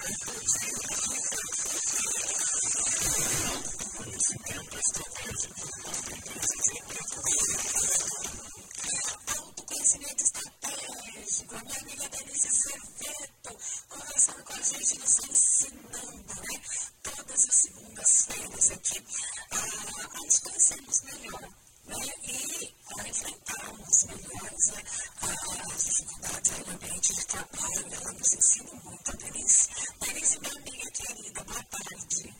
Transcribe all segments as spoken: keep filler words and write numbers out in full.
Autoconhecimento estratégico, a minha amiga Denise Cerveto, conversando com a gente, nos ensinando, né? Todas as segundas-feiras aqui, a nos conhecermos melhor, né? E a enfrentarmos melhores, né? As dificuldades aí no ambiente de trabalho. Ela nos ensina muito, a Denise. Denise, minha amiga querida, boa tarde.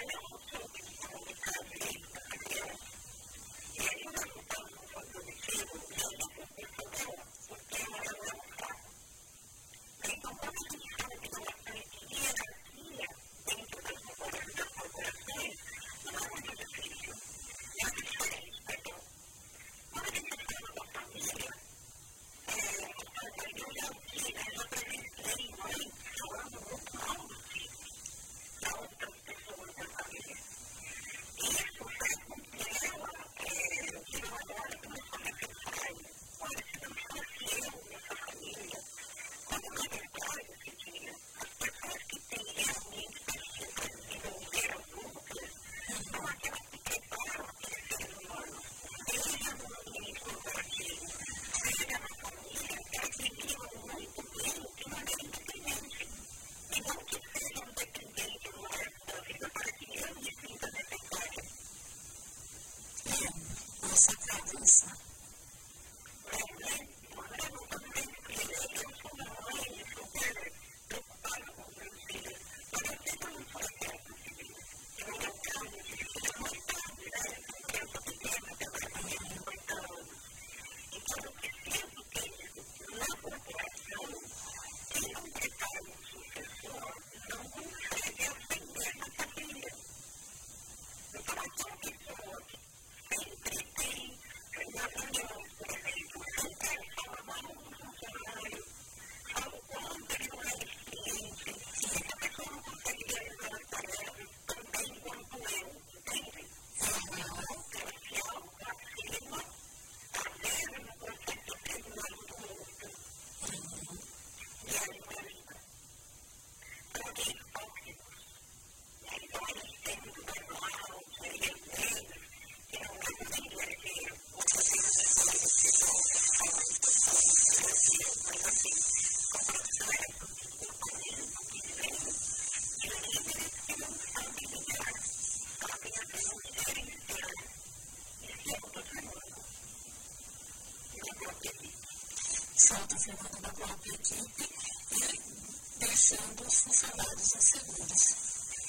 Solta firmando da própria equipe e deixando os funcionários inseguros.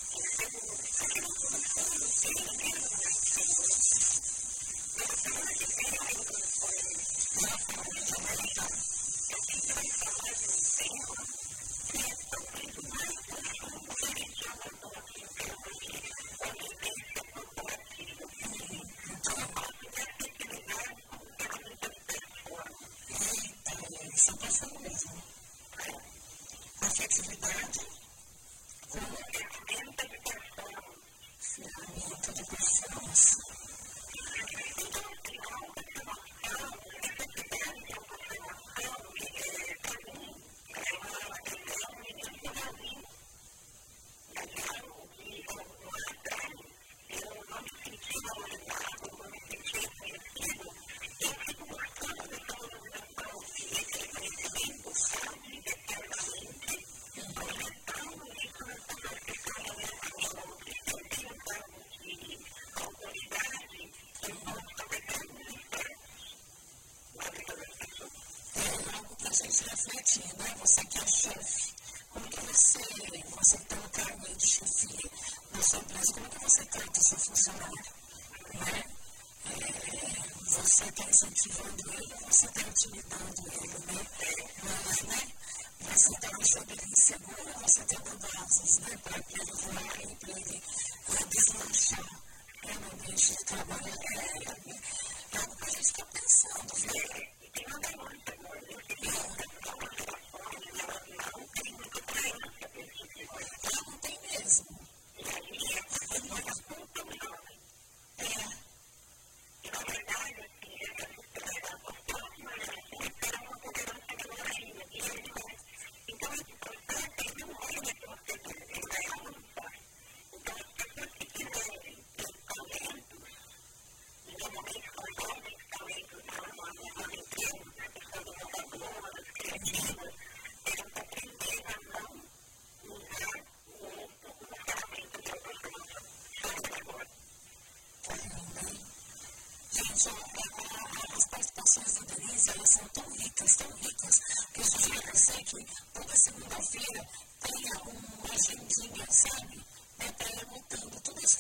Isso é passando mesmo. A flexibilidade com ferramenta de performance. Ferramenta de performance. Então, no final da formação, necessidade de uma formação que, para mim, é um menino do Brasil. Eu ouvi lá atrás, eu não me senti valorizado, não me senti reconhecido. Eu fico buscando essa valorização e esse reconhecimento, sabe, eternamente, projetando isso nessa profissão da minha saúde. Eu tenho um cargo de autoridade, eu posso fazer cargos externos na vida das pessoas. É algo para a gente refletir, né? Você que é chefe, como que você, você tem um cargo de chefia na sua empresa, como que você trata o seu funcionário, né? É, você está incentivando ele, você está intimidando ele, né? Mas, né? Você está deixando ele inseguro, você está dando asas, né? Para ele voar, para ele é, deslanchar, né? No ambiente de trabalho. É, é, é algo que a gente está pensando, viu? E tem uma demanda, ela não tem mesmo. E aí, é muito melhor. É. E, na verdade, assim, as próximas gerações terão uma tolerância menor ainda. E ele vai. Então, esse processo, ele não vai retroceder, ele vai avançar. Então, as pessoas que tiverem talentos, e normalmente são jovens talentos nas empresas, né, pessoas inovadoras, criativas, terão que aprender a não usar uma ferramenta de automação. Sabe agora? Gente, as participações da Denise, elas são tão ricas, tão ricas, que eu sugiro a você que toda segunda-feira tenha uma agendinha, sabe? Né, para ir anotando tudo isso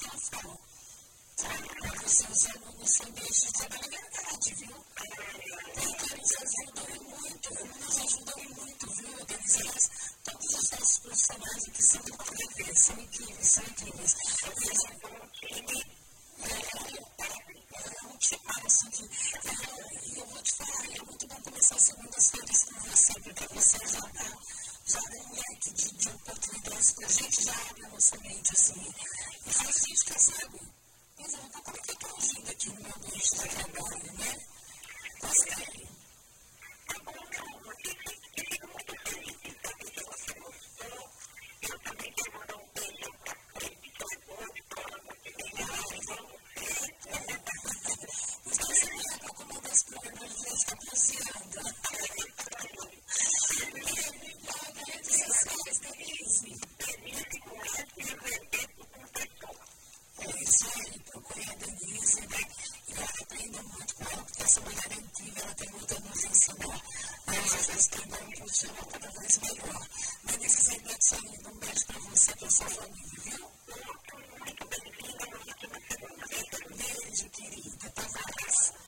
os seus alunos sem deixar de trabalho é verdade, viu? Porque eles ajudam muito, nos ajudam muito, viu, Denise? Elas, todos os nossos profissionais que são incríveis, são incríveis, são incríveis. É um timaço que, e eu vou te falar, é muito bom começar segundas-feiras com você, porque você já dá, já dá um leque de, de oportunidades pra gente, já abre a nossa mente, assim, e faz a gente quer saber. Mas eu vou como é que eu tô agindo aqui no meu ambiente de trabalho, né? Você essa mulher é incrível, ela tem muito a nos ensinar. Mas às vezes tem um profissional cada vez melhor. Mas nesse segredo saindo, um beijo para você e para sua família, viu? Beijo, querida. Até mais.